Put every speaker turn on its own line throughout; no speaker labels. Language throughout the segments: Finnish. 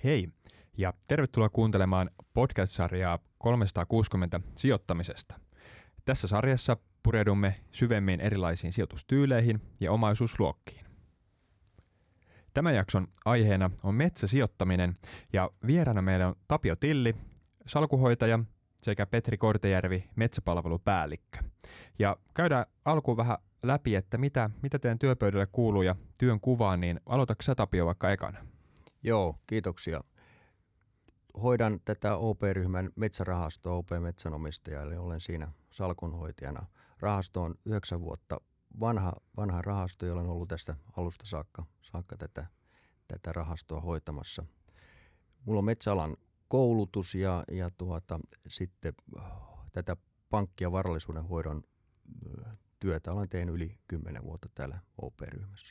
Hei ja tervetuloa kuuntelemaan podcast-sarjaa 360 sijoittamisesta. Tässä sarjassa pureudumme syvemmin erilaisiin sijoitustyyleihin ja omaisuusluokkiin. Tämän jakson aiheena on metsäsijoittaminen ja vieraana meillä on Tapio Tilli, salkuhoitaja sekä Petri Kortejärvi, metsäpalvelupäällikkö. Ja käydään alkuun vähän läpi, että mitä teidän työpöydälle kuuluu ja työn kuvaan, niin aloitatko sä Tapio vaikka ekana?
Joo, kiitoksia. Hoidan tätä OP-ryhmän metsärahastoa OP-metsänomistaja, eli olen siinä salkunhoitajana. Rahasto on 9 vuotta vanha rahasto, jolla on ollut tästä alusta saakka tätä rahastoa hoitamassa. Mulla on metsäalan koulutus ja sitten tätä pankki- ja varallisuuden hoidon työtä olen tehnyt yli 10 vuotta täällä OP-ryhmässä.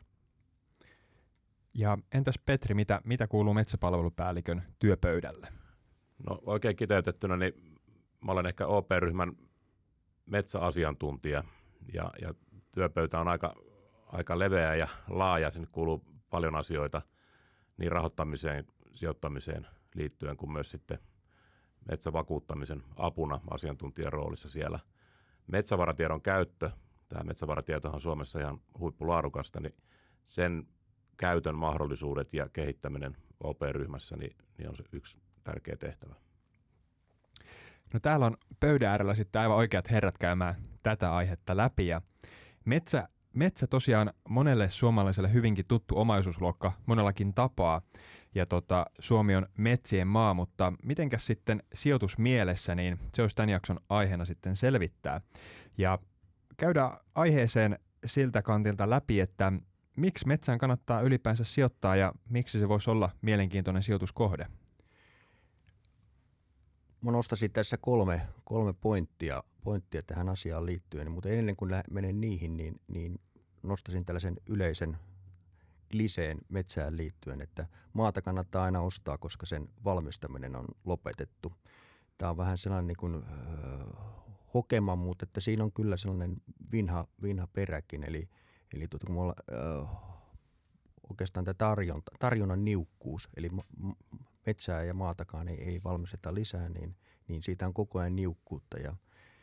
Ja entäs Petri, mitä kuuluu metsäpalvelupäällikön työpöydälle?
No oikein kiteytettynä, niin mä olen ehkä OP-ryhmän metsäasiantuntija ja työpöytä on aika leveä ja laaja. Sinne kuuluu paljon asioita niin rahoittamiseen, sijoittamiseen liittyen kuin myös sitten metsävakuuttamisen apuna asiantuntijan roolissa siellä. Metsävaratiedon käyttö, tämä metsävaratietohan on Suomessa ihan huippulaadukasta, niin sen käytön mahdollisuudet ja kehittäminen OP-ryhmässä niin on se yksi tärkeä tehtävä.
No täällä on pöydän äärellä sitten aivan oikeat herrat käymään tätä aihetta läpi. Ja metsä tosiaan monelle suomalaiselle hyvinkin tuttu omaisuusluokka monellakin tapaa. Ja Suomi on metsien maa, mutta mitenkäs sitten sijoitusmielessä, niin se olisi tämän jakson aiheena sitten selvittää. Ja käydään aiheeseen siltä kantilta läpi, että miksi metsään kannattaa ylipäänsä sijoittaa ja miksi se voisi olla mielenkiintoinen sijoituskohde?
Mä nostaisin tässä kolme pointtia tähän asiaan liittyen, mutta ennen kuin menen niihin, niin nostaisin tällaisen yleisen kliseen metsään liittyen, että maata kannattaa aina ostaa, koska sen valmistaminen on lopetettu. Tämä on vähän sellainen niin kuin hokema, mutta että siinä on kyllä sellainen vinha peräkin, eli kun mulla oikeastaan tämä tarjonnan niukkuus, eli metsää ja maatakaan ei valmisteta lisää, niin siitä on koko ajan niukkuutta ja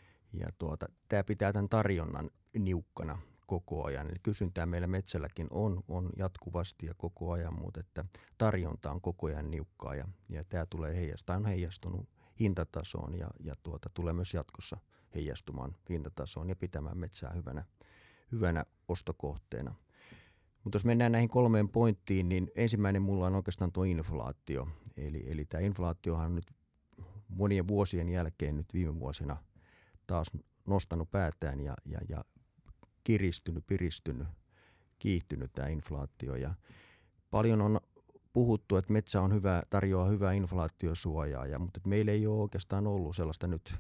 tämä pitää tämän tarjonnan niukkana koko ajan. Eli kysyntää meillä metsälläkin on jatkuvasti ja koko ajan, mutta että tarjonta on koko ajan niukkaa ja tämä on heijastunut hintatasoon ja tulee myös jatkossa heijastumaan hintatasoon ja pitämään metsää hyvänä ostokohteena. Mutta jos mennään näihin 3 pointtiin, niin ensimmäinen mulla on oikeastaan tuo inflaatio. Eli tämä inflaatiohan on nyt monien vuosien jälkeen nyt viime vuosina taas nostanut päätään ja piristynyt, kiihtynyt tämä inflaatio. Ja paljon on puhuttu, että metsä on tarjoaa hyvää inflaatiosuojaa, mutta meillä ei ole oikeastaan ollut sellaista nyt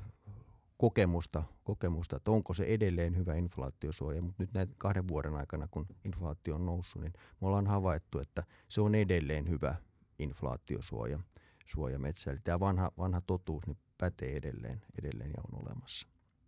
kokemusta, että onko se edelleen hyvä inflaatiosuoja, mutta nyt näiden 2 vuoden aikana, kun inflaatio on noussut, niin me ollaan havaittu, että se on edelleen hyvä inflaatiosuoja metsä. Eli tämä vanha totuus niin pätee edelleen ja on olemassa.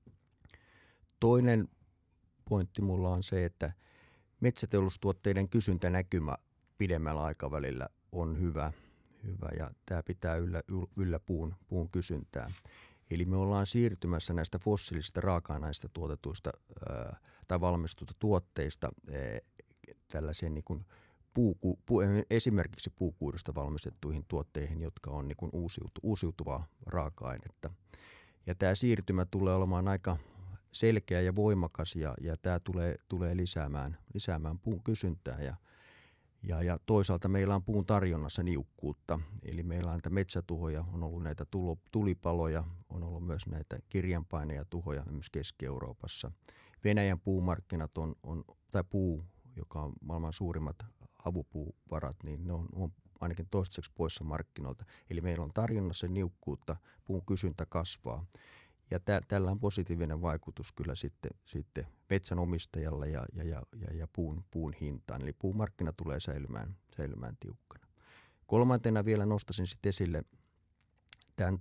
Toinen pointti mulla on se, että metsäteollisuustuotteiden kysyntänäkymä pidemmällä aikavälillä on hyvä ja tämä pitää yllä puun kysyntää. Eli me ollaan siirtymässä näistä fossiilisista raaka-aineista tuotetuista tai valmistusta tuotteista tällaiseen niin kuin esimerkiksi puukuidusta valmistettuihin tuotteihin, jotka on niin kuin uusiutuvaa raaka-ainetta. Ja tämä siirtymä tulee olemaan aika selkeä ja voimakas ja tämä tulee lisäämään puun kysyntää ja toisaalta meillä on puun tarjonnassa niukkuutta, eli meillä on näitä metsätuhoja, on ollut näitä tulipaloja, on ollut myös näitä kirjanpainajatuhoja myös Keski-Euroopassa. Venäjän puumarkkinat tai puu, joka on maailman suurimmat havupuuvarat, niin ne on ainakin toistaiseksi poissa markkinoilta. Eli meillä on tarjonnassa niukkuutta, puun kysyntä kasvaa. Ja tällä on positiivinen vaikutus kyllä sitten metsänomistajalle ja puun hintaan. Eli puumarkkina tulee säilymään tiukkana. Kolmantena vielä nostaisin sitten esille tämän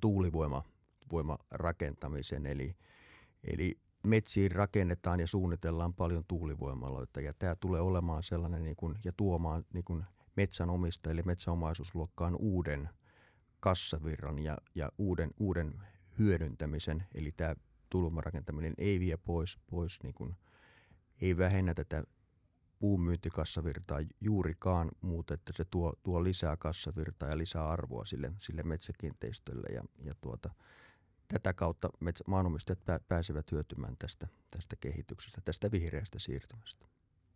tuulivoimarakentamisen. Eli metsiin rakennetaan ja suunnitellaan paljon tuulivoimaloita ja tämä tulee olemaan sellainen ja tuomaan metsänomistajille, metsäomaisuusluokkaan uuden kassavirran ja uuden hyödyntämisen. Eli tämä tuulivoimarakentaminen ei vie pois niin kuin, ei vähennä tätä puun myyntikassavirtaa juurikaan, mutta että se tuo lisää kassavirtaa ja lisää arvoa sille metsäkiinteistölle. Tätä kautta maanomistajat pääsevät hyötymään tästä kehityksestä, tästä vihreästä siirtymästä.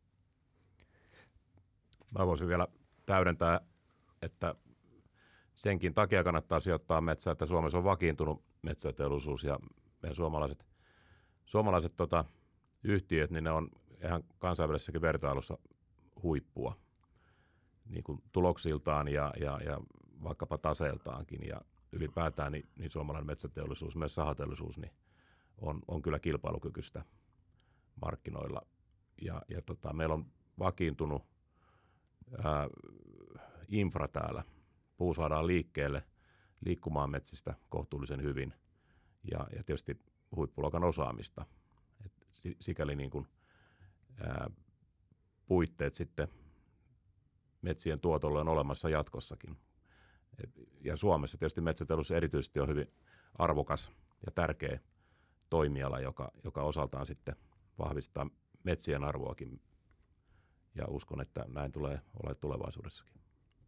Mä voisin vielä täydentää, että senkin takia kannattaa sijoittaa metsää, että Suomessa on vakiintunut metsäteollisuus ja meidän suomalaiset yhtiöt, niin ne on ihan kansainvälisessäkin vertailussa huippua niin kuin tuloksiltaan ja vaikkapa taseeltaankin. Ja ylipäätään niin suomalainen metsäteollisuus, myös sahateollisuus, niin on kyllä kilpailukykyistä markkinoilla. Ja meillä on vakiintunut infra täällä. Puu saadaan liikkumaan metsistä kohtuullisen hyvin ja tietysti huippuluokan osaamista. Et sikäli niin kuin, puitteet sitten metsien tuotolle on olemassa jatkossakin. Ja Suomessa tietysti metsäteollisuus erityisesti on hyvin arvokas ja tärkeä toimiala, joka osaltaan sitten vahvistaa metsien arvoakin. Ja uskon, että näin tulee olemaan tulevaisuudessakin.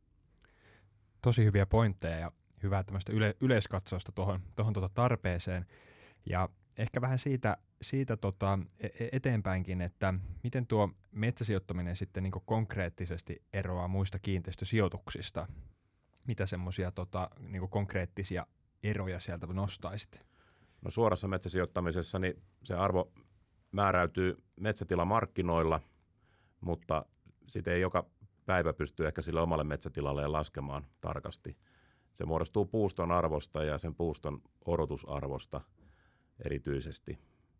Tosi hyviä pointteja ja hyvää tämmöistä yleiskatsausta tuohon tarpeeseen. Ja ehkä vähän siitä eteenpäinkin, että miten tuo metsäsijoittaminen sitten niin konkreettisesti eroaa muista kiinteistösijoituksista. Mitä semmoisia niin konkreettisia eroja sieltä nostaisit?
No suorassa metsäsijoittamisessa niin se arvo määräytyy metsätilamarkkinoilla, mutta sitä ei joka päivä pysty ehkä sille omalle metsätilalle laskemaan tarkasti. Se muodostuu puuston arvosta ja sen puuston odotusarvosta erityisesti.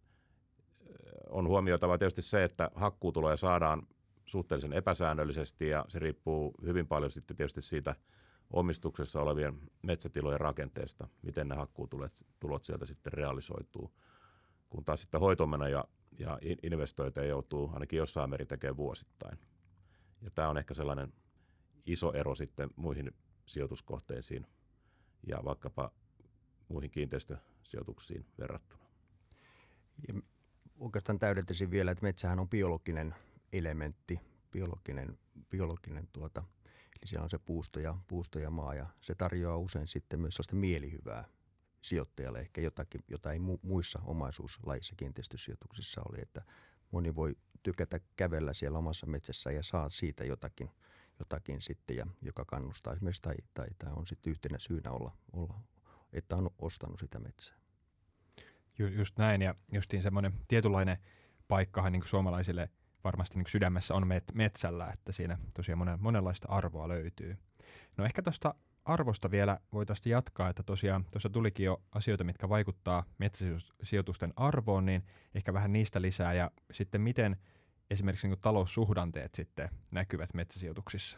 On huomioitava tietysti se, että hakkuutuloja saadaan suhteellisen epäsäännöllisesti ja se riippuu hyvin paljon sitten tietysti siitä omistuksessa olevien metsätilojen rakenteesta, miten ne hakkuutulot sieltä sitten realisoituu. Kun taas sitten hoitomenoja ja investointeja joutuu ainakin jossain määrin tekemään vuosittain. Ja tämä on ehkä sellainen iso ero sitten muihin sijoituskohteisiin ja vaikkapa muihin kiinteistösijoituksiin verrattuna.
Ja oikeastaan täydentäisin vielä, että metsähän on biologinen elementti, biologinen eli siellä on se puusto ja maa ja se tarjoaa usein sitten myös sellaista mielihyvää sijoittajalle, ehkä jotakin, jota ei muissa omaisuuslajissa kiinteistösijoituksissa oli, että moni voi tykätä kävellä siellä omassa metsässä ja saa siitä jotakin sitten, ja joka kannustaa esimerkiksi tai on sitten yhtenä syynä olla, että on ostanut sitä metsää.
Just näin, ja justiin semmoinen tietynlainen paikkahan niin kuin suomalaisille varmasti niin kuin sydämessä on metsällä, että siinä tosiaan monenlaista arvoa löytyy. No ehkä tuosta arvosta vielä voitaisiin jatkaa, että tosiaan tuossa tulikin jo asioita, mitkä vaikuttaa metsäsijoitusten arvoon, niin ehkä vähän niistä lisää, ja sitten miten esimerkiksi niin kuin taloussuhdanteet sitten näkyvät metsäsijoituksissa?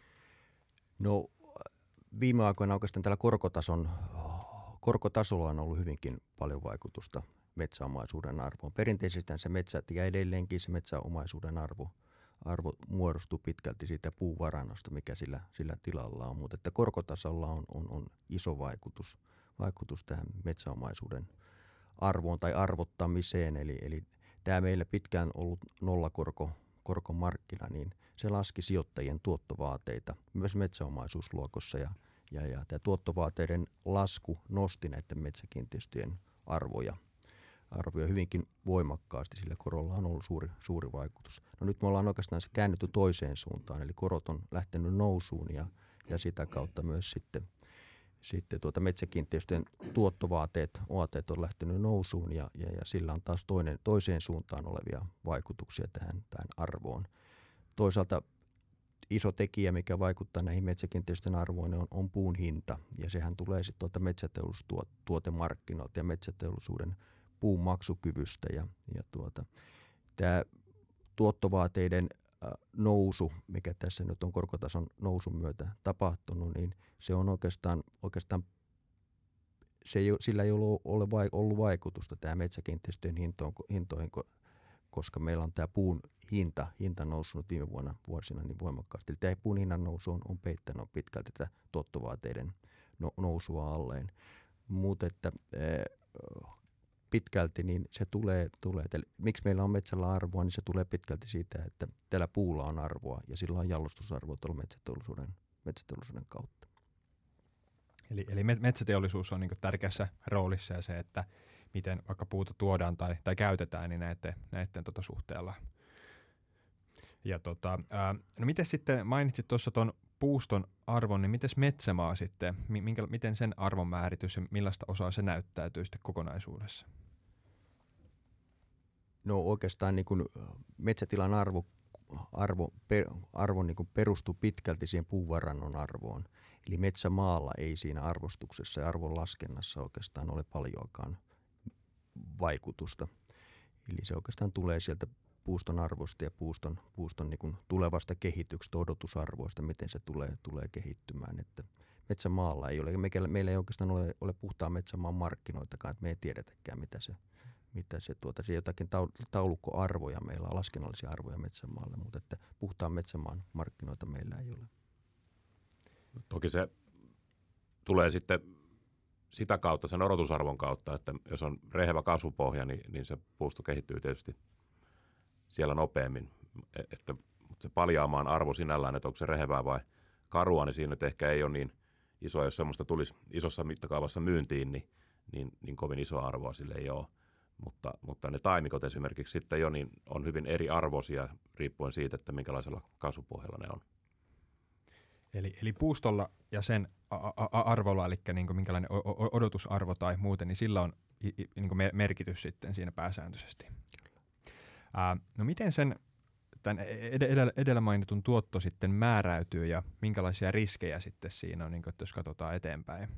No viime aikoina oikeastaan tällä korkotasolla on ollut hyvinkin paljon vaikutusta metsäomaisuuden arvoon. Perinteisesti se metsät ja edelleenkin se metsäomaisuuden arvo muodostuu pitkälti siitä puuvarannosta, mikä sillä tilalla on, mutta että korkotasolla on iso vaikutus tähän metsäomaisuuden arvoon tai arvottamiseen, eli tämä meillä pitkään ollut nollakorkomarkkina, niin se laski sijoittajien tuottovaateita myös metsäomaisuusluokossa ja tämä tuottovaateiden lasku nosti näiden metsäkiinteistöjen arvoja hyvinkin voimakkaasti, sillä korolla on ollut suuri vaikutus. No nyt me ollaan oikeastaan se käännytty toiseen suuntaan, eli korot on lähtenyt nousuun ja sitä kautta myös sitten metsäkiinteistöjen tuottovaateet on lähtenyt nousuun ja sillä on taas toiseen suuntaan olevia vaikutuksia tähän arvoon. Toisaalta iso tekijä, mikä vaikuttaa näihin metsäkiinteistöjen arvoon, on puun hinta, ja sehän tulee sitten metsäteollisuustuotemarkkinoilta ja metsäteollisuuden puun maksukyvystä ja tämä tuottovaateiden nousu, mikä tässä nyt on korkotason nousun myötä tapahtunut, niin se on oikeastaan sillä ei ole ollut vaikutusta tähän metsäkiinteistöjen hintoihin, koska meillä on tämä puun hinta noussut viime vuosina niin voimakkaasti. Eli tämä puun hinnan nousu on peittänyt pitkälti tätä tuottovaateiden nousua alleen. Mutta että pitkälti niin se tulee miksi meillä on metsällä arvoa, niin se tulee pitkälti siitä, että tällä puulla on arvoa ja sillä on jalostusarvoa tuolla metsäteollisuuden kautta.
Eli metsäteollisuus on niin kuin tärkeässä roolissa ja se, että miten vaikka puuta tuodaan tai käytetään, niin näiden suhteella. Ja no miten sitten mainitsit tuossa tuon puuston arvon, niin miten metsämaa sitten, miten sen arvon määritys ja millaista osaa se näyttäytyy sitten kokonaisuudessa?
No oikeastaan niin kuin metsätilan arvo niin kuin perustuu pitkälti siihen puuvarannon arvoon. Eli metsämaalla ei siinä arvostuksessa ja arvon laskennassa oikeastaan ole paljoakaan vaikutusta. Eli se oikeastaan tulee sieltä puuston arvosta ja puuston niin kuin tulevasta kehityksestä, odotusarvoista, miten se tulee kehittymään. Että metsämaalla ei ole, meillä ei oikeastaan ole puhtaan metsämaan markkinoitakaan, että me ei tiedetäkään, mitä se jotakin taulukkoarvoja meillä on, laskennallisia arvoja metsämaalle, mutta että puhtaan metsämaan markkinoita meillä ei ole.
Toki se tulee sitten sitä kautta, sen odotusarvon kautta, että jos on rehevä kasvupohja, niin se puusto kehittyy tietysti siellä nopeammin. Mutta se paljaamaan arvo sinällään, että onko se rehevää vai karua, niin siinä nyt ehkä ei ole niin iso, jos semmoista tulisi isossa mittakaavassa myyntiin, niin kovin iso arvoa sille ei ole. Mutta ne taimikot esimerkiksi sitten jo niin on hyvin eri arvoisia riippuen siitä, että minkälaisella kasvupohjalla ne on.
Eli puustolla ja sen arvolla, eli niin kuin minkälainen odotusarvo tai muuten, niin sillä on niin kuin merkitys sitten siinä pääsääntöisesti. No miten tämän edellä mainitun tuotto sitten määräytyy ja minkälaisia riskejä sitten siinä on, niin kuin, että jos katsotaan eteenpäin?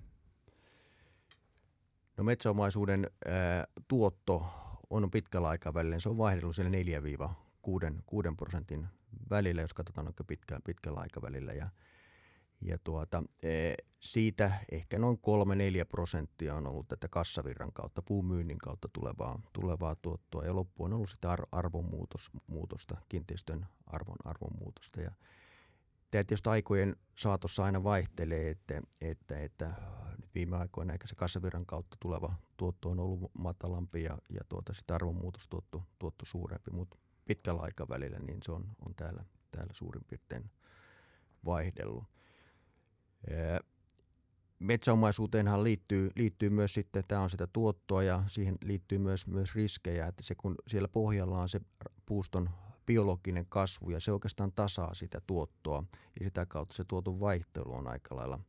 No metsäomaisuuden tuotto on pitkällä aikavälillä, se on vaihdellut siellä 4-6% välillä, jos katsotaan oikein pitkällä aikavälillä. Ja siitä ehkä noin 3-4% on ollut tätä kassavirran kautta, puumyynnin kautta tulevaa tuottoa. Ja loppu on ollut sitä arvonmuutosta, kiinteistön arvon muutosta. Ja tämä tietysti aikojen saatossa aina vaihtelee, että viime aikoina ehkä se kassavirran kautta tuleva tuotto on ollut matalampi ja sitä arvonmuutostuotto suurempi, mutta pitkällä aikavälillä niin se on täällä suurin piirtein vaihdellut. Metsäomaisuuteenhan liittyy myös sitten, tämä on sitä tuottoa ja siihen liittyy myös riskejä, että se kun siellä pohjalla on se puuston biologinen kasvu ja se oikeastaan tasaa sitä tuottoa ja sitä kautta se tuoton vaihtelu on aika lailla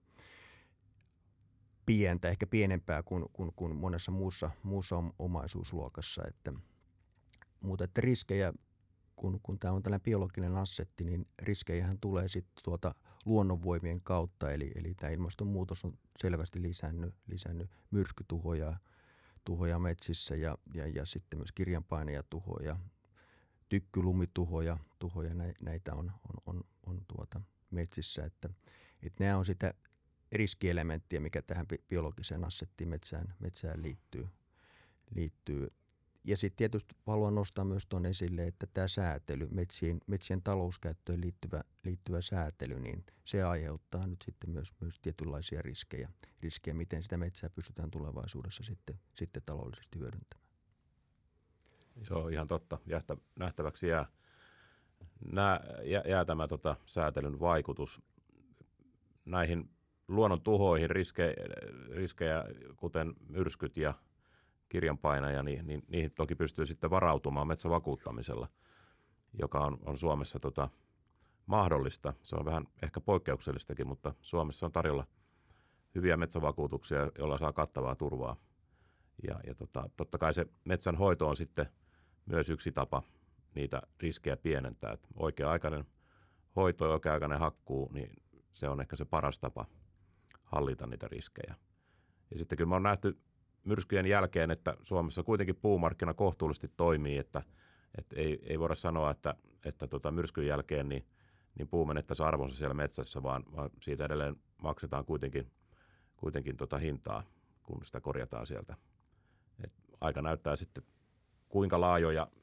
pientä, ehkä pienempää kuin monessa muussa omaisuusluokassa. Mutta että riskejä, kun tämä on tällainen biologinen assetti, niin riskejähän tulee sitten luonnonvoimien kautta, eli tämä ilmastonmuutos on selvästi lisännyt myrskytuhoja metsissä ja sitten myös kirjanpainajatuhoja, tykkylumituhoja, näitä on metsissä, että nämä on sitä riskielementtiä, mikä tähän biologiseen assettiin metsään liittyy. Ja sitten tietysti haluan nostaa myös tuon esille, että tämä säätely, metsien talouskäyttöön liittyvä säätely, niin se aiheuttaa nyt sitten myös tietynlaisia riskejä, miten sitä metsää pystytään tulevaisuudessa sitten taloudellisesti hyödyntämään.
Joo, ihan totta. Nähtäväksi jää tämä säätelyn vaikutus näihin luonnon tuhoihin, riskejä kuten myrskyt ja kirjanpainaja, niin niihin toki pystyy sitten varautumaan metsävakuuttamisella, joka on Suomessa mahdollista. Se on vähän ehkä poikkeuksellistakin, mutta Suomessa on tarjolla hyviä metsävakuutuksia, joilla saa kattavaa turvaa. Ja totta kai se metsän hoito on sitten myös yksi tapa niitä riskejä pienentää. Et oikea-aikainen hoito ja oikea-aikainen hakkuu, niin se on ehkä se paras tapa hallita niitä riskejä. Ja sitten kyllä me on nähty myrskyjen jälkeen, että Suomessa kuitenkin puumarkkina kohtuullisesti toimii, että ei voida sanoa, että myrskyn jälkeen niin puu menettäisi arvonsa siellä metsässä, vaan siitä edelleen maksetaan kuitenkin hintaa, kun sitä korjataan sieltä. Et aika näyttää sitten, kuinka laajoja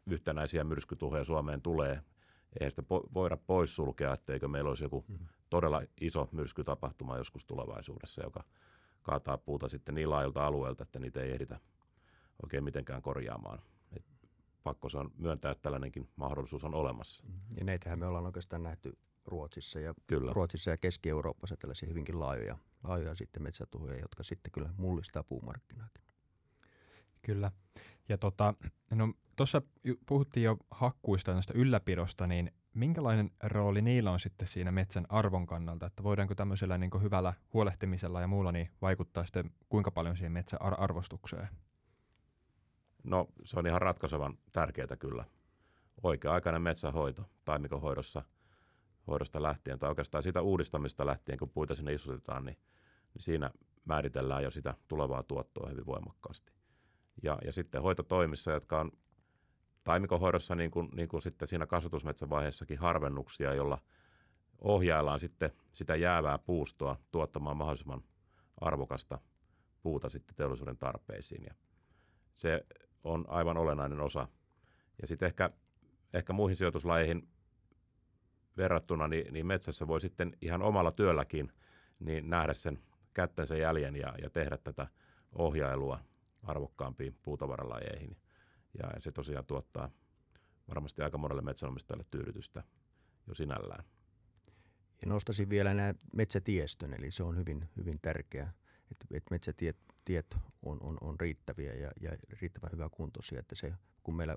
yhtenäisiä myrskytuhoja Suomeen tulee. Eihän sitä voida poissulkea, etteikö meillä olisi joku todella iso myrskytapahtuma joskus tulevaisuudessa, joka kaataa puuta sitten niin laajalta alueelta, että niitä ei ehditä oikein mitenkään korjaamaan. Et pakko se on myöntää, että tällainenkin mahdollisuus on olemassa.
Ja näitähän me ollaan oikeastaan nähty Ruotsissa ja Keski-Euroopassa tällaisia hyvinkin laajoja sitten metsätuhoja, jotka sitten kyllä mullistaa puumarkkinaakin.
Kyllä. Ja tuossa puhuttiin jo hakkuista näistä ylläpidosta, niin minkälainen rooli niillä on sitten siinä metsän arvon kannalta, että voidaanko tämmöisellä niin kuin hyvällä huolehtimisella ja muulla niin vaikuttaa sitten kuinka paljon siihen metsän arvostukseen?
No se on ihan ratkaisevan tärkeää kyllä. Oikea-aikainen metsänhoito taimikonhoidosta lähtien tai oikeastaan siitä uudistamista lähtien, kun puita sinne istutetaan, niin siinä määritellään jo sitä tulevaa tuottoa hyvin voimakkaasti. Ja sitten hoitotoimissa, jotka on taimikonhoidossa niin kuin sitten siinä kasvatusmetsävaiheessakin harvennuksia, jolla ohjaillaan sitten sitä jäävää puustoa tuottamaan mahdollisimman arvokasta puuta sitten teollisuuden tarpeisiin. Ja se on aivan olennainen osa. Ja sitten ehkä muihin sijoituslajeihin verrattuna, niin metsässä voi sitten ihan omalla työlläkin niin nähdä sen kättensä jäljen ja tehdä tätä ohjailua arvokkaampiin puutavaralajeihin. Ja se tosiaan tuottaa varmasti aika monelle metsänomistajalle tyydytystä jo sinällään.
Ja nostaisin vielä nämä metsätiestön, eli se on hyvin, hyvin tärkeää, että metsätiet on riittäviä ja riittävän hyvä-kuntoisia, että se, kun meillä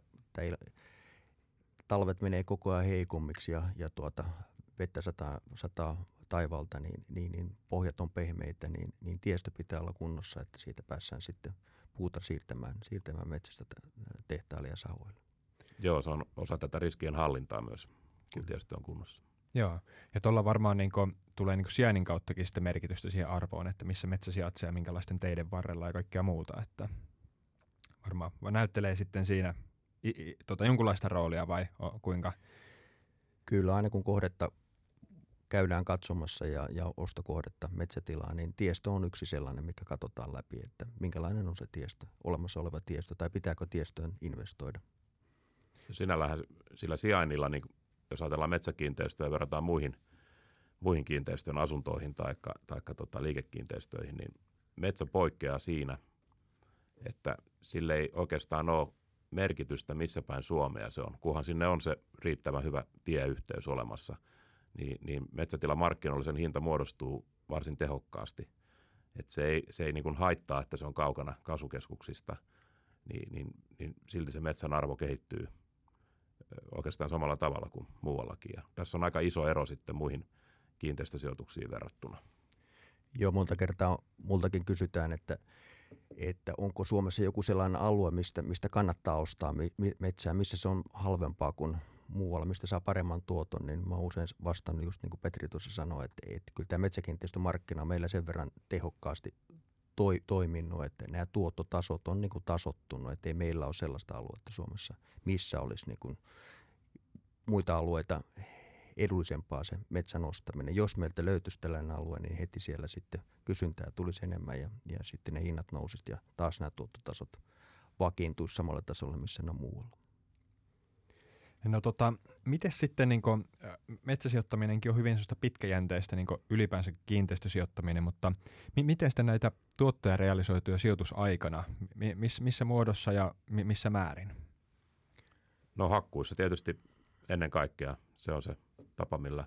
talvet menee koko ajan heikommiksi ja vettä sataa taivalta, niin pohjat on pehmeitä, niin tiestö pitää olla kunnossa, että siitä päässään sitten puuta siirtämään metsästä tehtaille ja sahoille.
Joo, se on osa tätä riskien hallintaa myös, kun tiestö on kunnossa.
Joo, ja tuolla varmaan tulee sijainnin kauttakin sitten merkitystä siihen arvoon, että missä metsä sijaitsee ja minkälaisten teiden varrella ja kaikkea muuta, että varmaan näyttelee sitten siinä jonkunlaista roolia vai kuinka?
Kyllä, aina kun kohdetta käydään katsomassa ja ostokohdetta, metsätilaa, niin tiestö on yksi sellainen, mikä katsotaan läpi, että minkälainen on se tiestö, olemassa oleva tiestö, tai pitääkö tiestöön investoida.
Sinällähän sillä sijainnilla, niin jos ajatellaan metsäkiinteistöjä ja verrataan muihin kiinteistöjen asuntoihin tai liikekiinteistöihin, niin metsä poikkeaa siinä, että sille ei oikeastaan ole merkitystä missä päin Suomea se on, kunhan sinne on se riittävän hyvä tieyhteys olemassa. Niin metsätilamarkkinoilla sen hinta muodostuu varsin tehokkaasti. Et se ei niin kuin haittaa, että se on kaukana kasvukeskuksista, niin silti se metsän arvo kehittyy oikeastaan samalla tavalla kuin muuallakin. Ja tässä on aika iso ero sitten muihin kiinteistösijoituksiin verrattuna.
Joo, monta kertaa multakin kysytään, että onko Suomessa joku sellainen alue, mistä kannattaa ostaa metsää, missä se on halvempaa kuin muualla, mistä saa paremman tuoton, niin mä oon usein vastannut just niin kuin Petri tuossa sanoi, että kyllä tämä metsäkiinteistömarkkina on meillä sen verran tehokkaasti toiminut, että nämä tuottotasot on niin kuin tasottunut, että ei meillä ole sellaista aluetta Suomessa, missä olisi niin kuin muita alueita edullisempaa se metsän ostaminen. Jos meiltä löytyisi tällainen alue, niin heti siellä sitten kysyntää tulisi enemmän ja sitten ne hinnat nousisivat ja taas nämä tuottotasot vakiintuisi samalle tasolle, missä ne on muualla.
No miten sitten metsäsijoittaminenkin on hyvin sellaista pitkäjänteistä ylipäänsä kiinteistösijoittaminen, mutta miten sitten näitä tuottoja realisoituja sijoitusaikana, missä muodossa ja missä määrin?
No hakkuissa tietysti ennen kaikkea se on se tapa, millä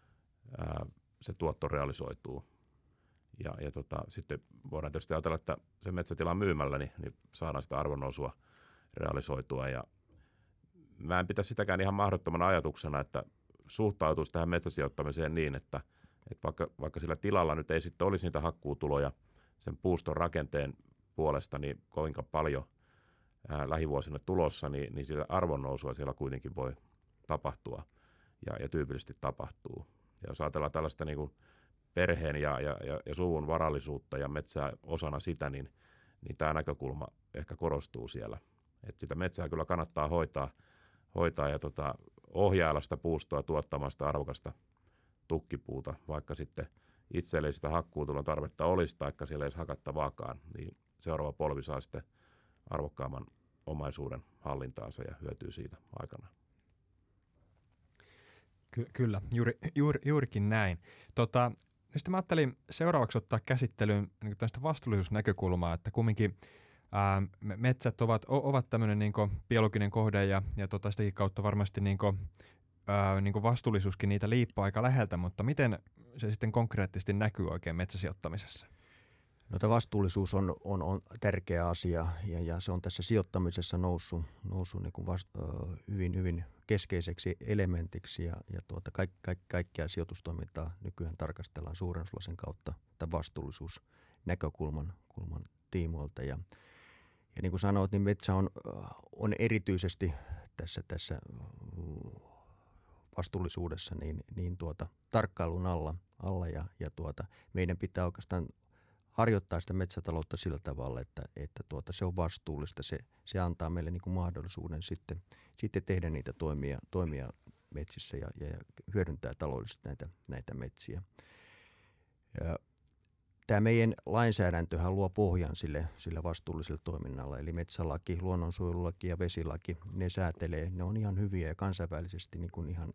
se tuotto realisoituu. Ja sitten voidaan tietysti ajatella, että se metsätila myymällä niin saadaan sitä arvonnousua realisoitua. Ja mä en pitäisi sitäkään ihan mahdottomana ajatuksena, että suhtautuisi tähän metsäsijoittamiseen niin, että vaikka sillä tilalla nyt ei sitten olisi niitä hakkuutuloja sen puuston rakenteen puolesta niin kuinka paljon lähivuosina tulossa, niin sitä arvonnousua siellä kuitenkin voi tapahtua ja tyypillisesti tapahtuu. Ja jos ajatellaan tällaista niin kuin perheen ja suvun varallisuutta ja metsää osana sitä, niin tämä näkökulma ehkä korostuu siellä. Et sitä metsää kyllä kannattaa hoitaa ja ohjailla sitä puustoa tuottamaan sitä arvokasta tukkipuuta, vaikka sitten itselle sitä hakkuutulon tarvetta olisi, taikka siellä ei hakattavaakaan, niin seuraava polvi saa sitten arvokkaamman omaisuuden hallintaansa ja hyötyy siitä aikanaan.
Kyllä, juurikin näin. Sitten mä ajattelin seuraavaksi ottaa käsittelyyn niin tästä vastuullisuusnäkökulmaa, että kumminkin metsät ovat tämmöinen niin biologinen kohde ja sitäkin kautta varmasti niin vastuullisuuskin niitä liippaa aika läheltä, mutta miten se sitten konkreettisesti näkyy oikein metsäsijoittamisessa?
No, tämä vastuullisuus on tärkeä asia ja se on tässä sijoittamisessa noussut niin kuin hyvin keskeiseksi elementiksi ja kaikkea sijoitustoimintaa nykyään tarkastellaan suurennuslasin kautta tämän vastuullisuusnäkökulman tiimoilta ja niin kuin sanoit, niin metsä on erityisesti tässä vastuullisuudessa niin tarkkailun alla ja meidän pitää oikeastaan harjoittaa sitä metsätaloutta sillä tavalla, että se on vastuullista. Se antaa meille niin kuin mahdollisuuden sitten tehdä niitä toimia metsissä ja hyödyntää taloudellisesti näitä metsiä. Tämä meidän lainsäädäntöhän luo pohjan sille vastuulliselle toiminnalle, eli metsälaki, luonnonsuojelulaki ja vesilaki, ne säätelee, ne on ihan hyviä ja kansainvälisesti niin kuin ihan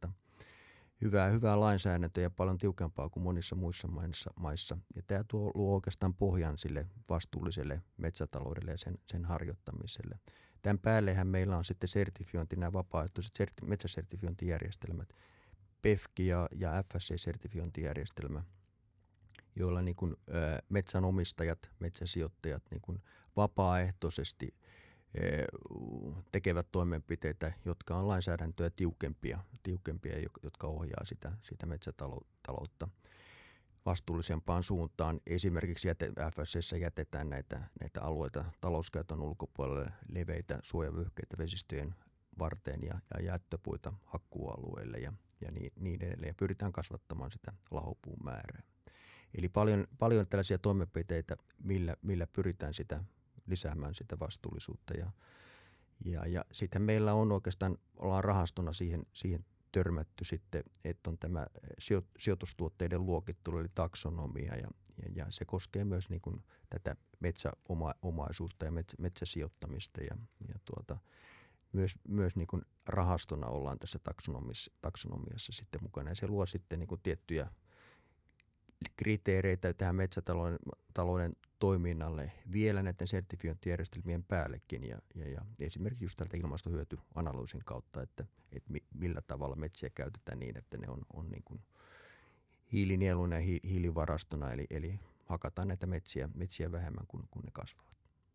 hyvää lainsäädäntöä ja paljon tiukempaa kuin monissa muissa maissa. Ja tämä luo oikeastaan pohjan sille vastuulliselle metsätaloudelle ja sen harjoittamiselle. Tämän päällehän meillä on sitten sertifiointi, nämä vapaaehtoiset metsäsertifiointijärjestelmät, PEFC ja FSC-sertifiointijärjestelmä, joilla niin kuin metsänomistajat, metsäsijoittajat niin kuin vapaaehtoisesti tekevät toimenpiteitä, jotka on lainsäädäntöä tiukempia jotka ohjaa sitä metsätaloutta vastuullisempaan suuntaan. Esimerkiksi FSC:ssä jätetään näitä alueita talouskäytön ulkopuolelle, leveitä suojavyöhykkeitä vesistöjen varteen ja jättöpuita hakkuualueille ja niin edelleen. Ja pyritään kasvattamaan sitä lahopuun määrää. Eli paljon tällaisia toimenpiteitä, millä pyritään lisäämään sitä vastuullisuutta. Ja sitten meillä on oikeastaan, ollaan rahastona siihen törmätty sitten, että on tämä sijoitustuotteiden luokittelu eli taksonomia ja se koskee myös niin kuin tätä metsäomaisuutta ja metsäsijoittamista ja myös niin kuin rahastona ollaan tässä taksonomiassa sitten mukana ja se luo sitten niin kuin tiettyjä kriteereitä tähän metsätalouden toiminnalle vielä näiden sertifiointijärjestelmien päällekin ja esimerkiksi just tältä ilmastohyötyanalyysin kautta, että millä tavalla metsiä käytetään niin, että ne on niin kuin hiilinieluna ja hiilivarastona, eli hakataan näitä metsiä vähemmän kuin ne kasvavat.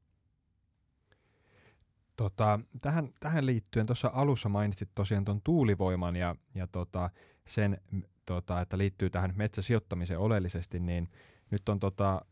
Tähän liittyen tuossa alussa mainitsit tosiaan tuon tuulivoiman ja sen, että liittyy tähän metsäsijoittamiseen oleellisesti, niin nyt on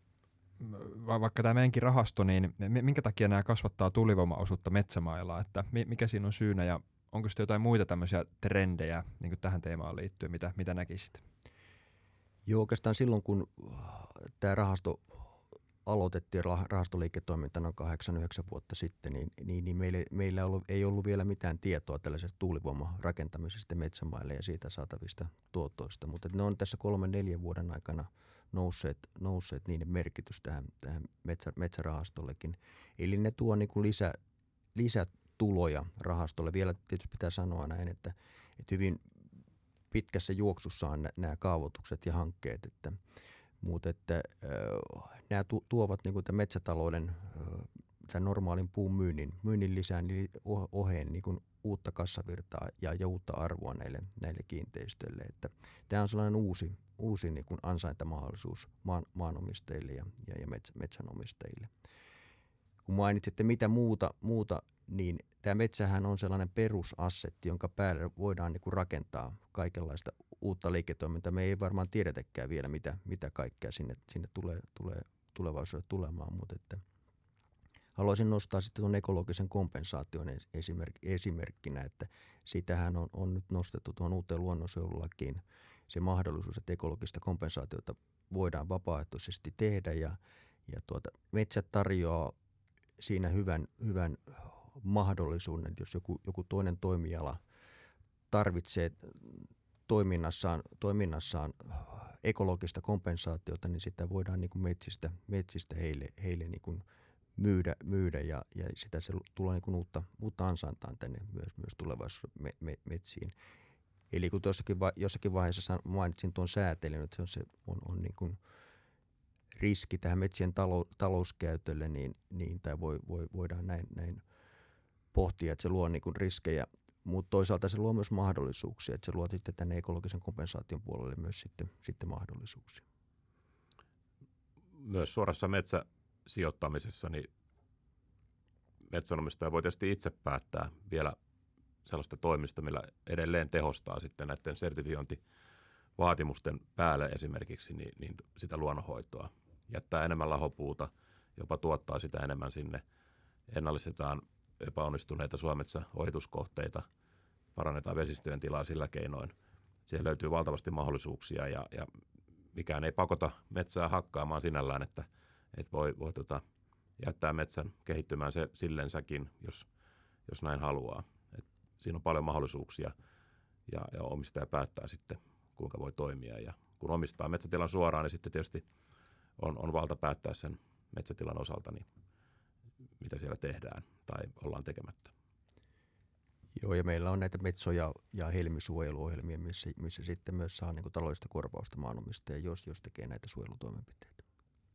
vaikka tämä meidänkin rahasto, niin minkä takia nämä kasvattaa tuulivoimaosuutta metsämailla, että mikä siinä on syynä ja onko sitten jotain muita tämmöisiä trendejä niin kuin tähän teemaan liittyen, mitä näkisit?
Joo, oikeastaan silloin kun tämä rahasto aloitettiin rahastoliiketoiminta noin 8-9 vuotta sitten, niin meillä ei ollut vielä mitään tietoa tällaisesta tuulivoimarakentamisesta metsämaille ja siitä saatavista tuotoista, mutta ne on tässä 3-4 vuoden aikana nousseet niiden merkitys tähän metsärahastollekin. Eli ne tuo niin kuin lisätuloja rahastolle. Vielä tietysti pitää sanoa näin, että hyvin pitkässä juoksussa on nämä kaavoitukset ja hankkeet, mutta nämä tuovat niin kuin tämän metsätalouden tämän normaalin puun myynnin lisään niin oheen niin kuin uutta kassavirtaa ja uutta arvoa näille kiinteistöille. Että tämä on sellainen uusi niin kuin ansaintamahdollisuus maanomistajille ja metsänomistajille. Kun mainitsitte mitä muuta, niin tämä metsähän on sellainen perusassetti, jonka päälle voidaan niin kuin rakentaa kaikenlaista uutta liiketoimintaa. Me ei varmaan tiedetäkään vielä, mitä kaikkea sinne tulee tulevaisuudessa tulemaan, mutta että haluaisin nostaa sitten tuon ekologisen kompensaation esimerkkinä, että sitähän on nyt nostettu tuon uuteen luonnonsuojelulakiin se mahdollisuus, että ekologista kompensaatiota voidaan vapaaehtoisesti tehdä ja metsät tarjoaa siinä hyvän mahdollisuuden, että jos joku toinen toimiala tarvitsee toiminnassaan ekologista kompensaatiota, niin sitä voidaan niin kuin metsistä heille niin kuin myydä ja sitä se tulee niin kuin uutta ansaintaa tänne myös tulevaisuudessa metsiin. Eli kun jossakin vaiheessa mainitsin tuon säätelyn, että se on niin kuin riski tähän metsien talouskäytölle, niin tai voidaan näin pohtia, että se luo niin kuin riskejä, mutta toisaalta se luo myös mahdollisuuksia, että se luo sitten tänne ekologisen kompensaation puolelle myös sitten mahdollisuuksia.
Myös suorassa metsäsijoittamisessa niin metsänomistaja voi tietysti itse päättää vielä sellaista toimista, millä edelleen tehostaa sitten näiden sertifiointivaatimusten päälle esimerkiksi niin sitä luonnonhoitoa. Jättää enemmän lahopuuta, jopa tuottaa sitä enemmän sinne. Ennallistetaan epäonnistuneita suometsä-ohituskohteita, parannetaan vesistöjen tilaa sillä keinoin. Siihen löytyy valtavasti mahdollisuuksia ja mikään ei pakota metsää hakkaamaan sinällään, että voi jättää metsän kehittymään se sillensäkin, jos näin haluaa. Siinä on paljon mahdollisuuksia ja omistaja päättää sitten, kuinka voi toimia. Ja kun omistaa metsätilan suoraan, niin sitten tietysti on valta päättää sen metsätilan osalta, niin mitä siellä tehdään tai ollaan tekemättä.
Joo, ja meillä on näitä metso- ja helmisuojeluohjelmia, missä sitten myös saa niin kuin taloudellista korvausta maanomistaja, jos tekee näitä suojelutoimenpiteitä.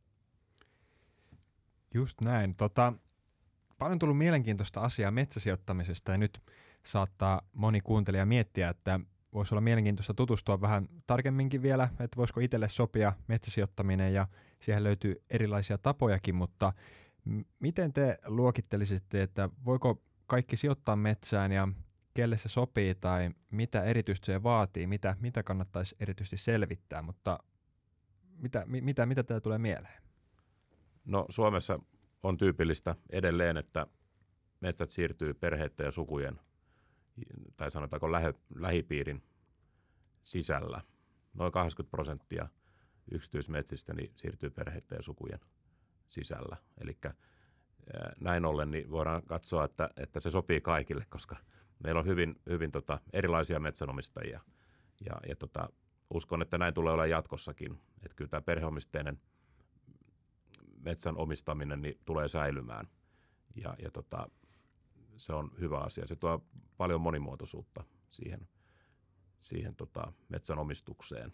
Just näin. Paljon tullut mielenkiintoista asiaa metsäsijoittamisesta ja nyt saattaa moni kuuntelija miettiä, että voisi olla mielenkiintoista tutustua vähän tarkemminkin vielä, että voisiko itselle sopia metsäsijoittaminen ja siihen löytyy erilaisia tapojakin, mutta miten te luokittelisitte, että voiko kaikki sijoittaa metsään ja kelle se sopii tai mitä erityisesti se vaatii, mitä kannattaisi erityisesti selvittää, mutta mitä teille tulee mieleen?
No Suomessa on tyypillistä edelleen, että metsät siirtyy perheiden ja sukujen tai sanotaanko lähipiirin sisällä. Noin 80% yksityismetsistä niin siirtyy perheiden ja sukujen sisällä. Eli näin ollen niin voidaan katsoa, että se sopii kaikille, koska meillä on hyvin erilaisia metsänomistajia. Ja uskon, että näin tulee olla jatkossakin. Että kyllä tämä perheomisteinen metsän omistaminen niin tulee säilymään. Ja se on hyvä asia. Se tuo paljon monimuotoisuutta siihen metsänomistukseen.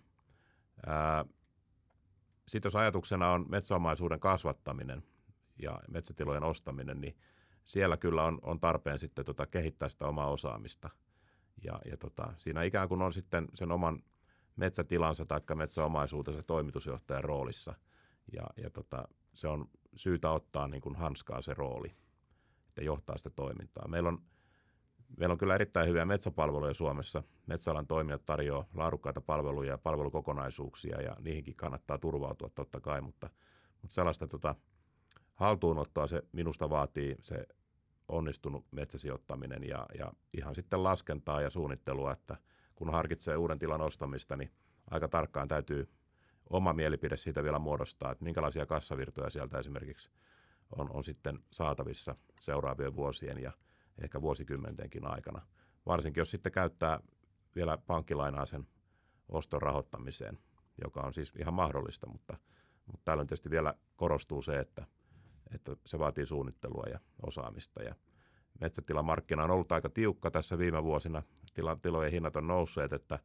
Sitten jos ajatuksena on metsäomaisuuden kasvattaminen ja metsätilojen ostaminen, niin siellä kyllä on tarpeen sitten kehittää sitä omaa osaamista. Ja siinä ikään kuin on sitten sen oman metsätilansa tai metsäomaisuutensa toimitusjohtajan roolissa. Ja se on syytä ottaa niin kuin hanskaa se rooli, että johtaa sitä toimintaa. Meillä on kyllä erittäin hyviä metsäpalveluja Suomessa. Metsäalan toimijat tarjoavat laadukkaita palveluja ja palvelukokonaisuuksia ja niihinkin kannattaa turvautua totta kai, mutta sellaista haltuunottoa se minusta vaatii se onnistunut metsäsijoittaminen ja ihan sitten laskentaa ja suunnittelua, että kun harkitsee uuden tilan ostamista, niin aika tarkkaan täytyy oma mielipide siitä vielä muodostaa, että minkälaisia kassavirtoja sieltä esimerkiksi on sitten saatavissa seuraavien vuosien ja ehkä vuosikymmentenkin aikana. Varsinkin jos sitten käyttää vielä pankkilainaa sen oston rahoittamiseen, joka on siis ihan mahdollista, mutta tällöin tietysti vielä korostuu se, että se vaatii suunnittelua ja osaamista. Ja metsätilamarkkina on ollut aika tiukka tässä viime vuosina. Tilojen hinnat on nousseet, että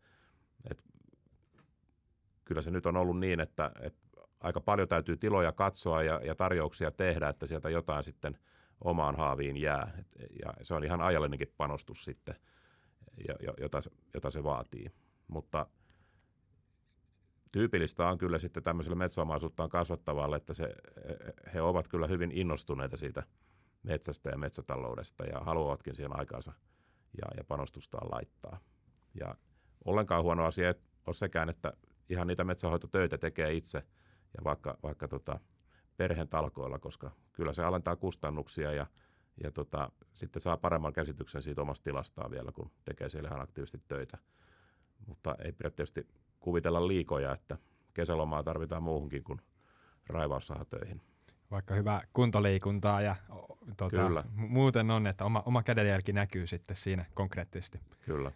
kyllä se nyt on ollut niin, että aika paljon täytyy tiloja katsoa ja tarjouksia tehdä, että sieltä jotain sitten omaan haaviin jää. Ja se on ihan ajallinenkin panostus sitten, jota se vaatii. Mutta tyypillistä on kyllä sitten tämmöiselle metsäomaisuuttaan kasvattavalle, että he ovat kyllä hyvin innostuneita siitä metsästä ja metsätaloudesta ja haluavatkin siihen aikaansa ja panostustaan laittaa. Ja ollenkaan huono asia ei ole sekään, että ihan niitä metsähoitotöitä tekee itse ja vaikka perheen talkoilla, koska kyllä se alentaa kustannuksia ja sitten saa paremman käsityksen siitä omasta tilastaan vielä, kun tekee siellä ihan aktiivisesti töitä. Mutta ei pidä tietysti kuvitella liikoja, että kesälomaa tarvitaan muuhunkin kuin raivaussahatöihin.
Vaikka hyvää kuntoliikuntaa ja muuten on, että oma kädenjälki näkyy sitten siinä konkreettisesti.
Kyllä.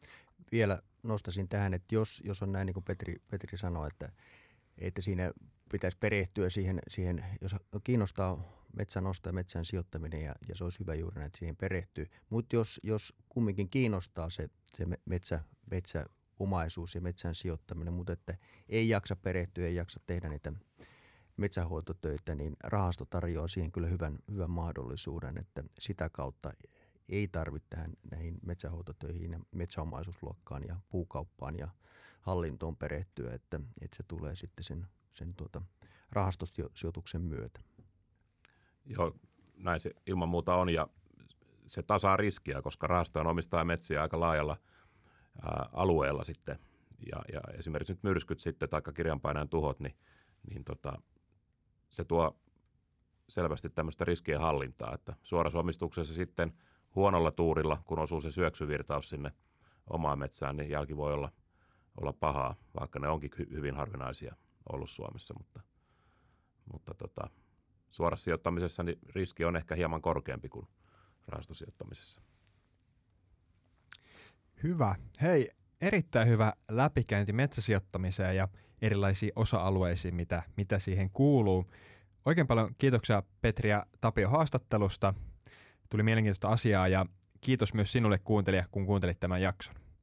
Vielä nostaisin tähän, että jos on näin niin kuin Petri sanoi, että siinä pitäisi perehtyä siihen, jos kiinnostaa metsän osto ja metsän sijoittaminen ja se olisi hyvä juuri näin, että siihen perehtyy. Mutta jos kumminkin kiinnostaa se metsäomaisuus ja metsän sijoittaminen, mutta että ei jaksa perehtyä, ei jaksa tehdä niitä metsänhoitotöitä, niin rahasto tarjoaa siihen kyllä hyvän mahdollisuuden, että sitä kautta ei tarvitse näihin metsänhoitotöihin ja metsäomaisuusluokkaan ja puukauppaan ja hallintoon perehtyä, että se tulee sitten sen rahastosijoituksen myötä.
Joo, näin se ilman muuta on ja se tasaa riskiä, koska rahastojen omistaa metsiä aika laajalla alueella sitten ja esimerkiksi nyt myrskyt sitten tai kirjanpainajan tuhot, niin se tuo selvästi tämmöistä riskien hallintaa, että suorassa omistuksessa sitten huonolla tuurilla, kun osuu se syöksyvirtaus sinne omaan metsään, niin jälki voi olla pahaa, vaikka ne onkin hyvin harvinaisia ollut Suomessa, mutta suorassa sijoittamisessa niin riski on ehkä hieman korkeampi kuin rahastosijoittamisessa.
Hyvä. Hei, erittäin hyvä läpikäynti metsäsijoittamiseen ja erilaisiin osa-alueisiin, mitä siihen kuuluu. Oikein paljon kiitoksia Petri ja Tapio haastattelusta. Tuli mielenkiintoista asiaa ja kiitos myös sinulle kuuntelija, kun kuuntelit tämän jakson.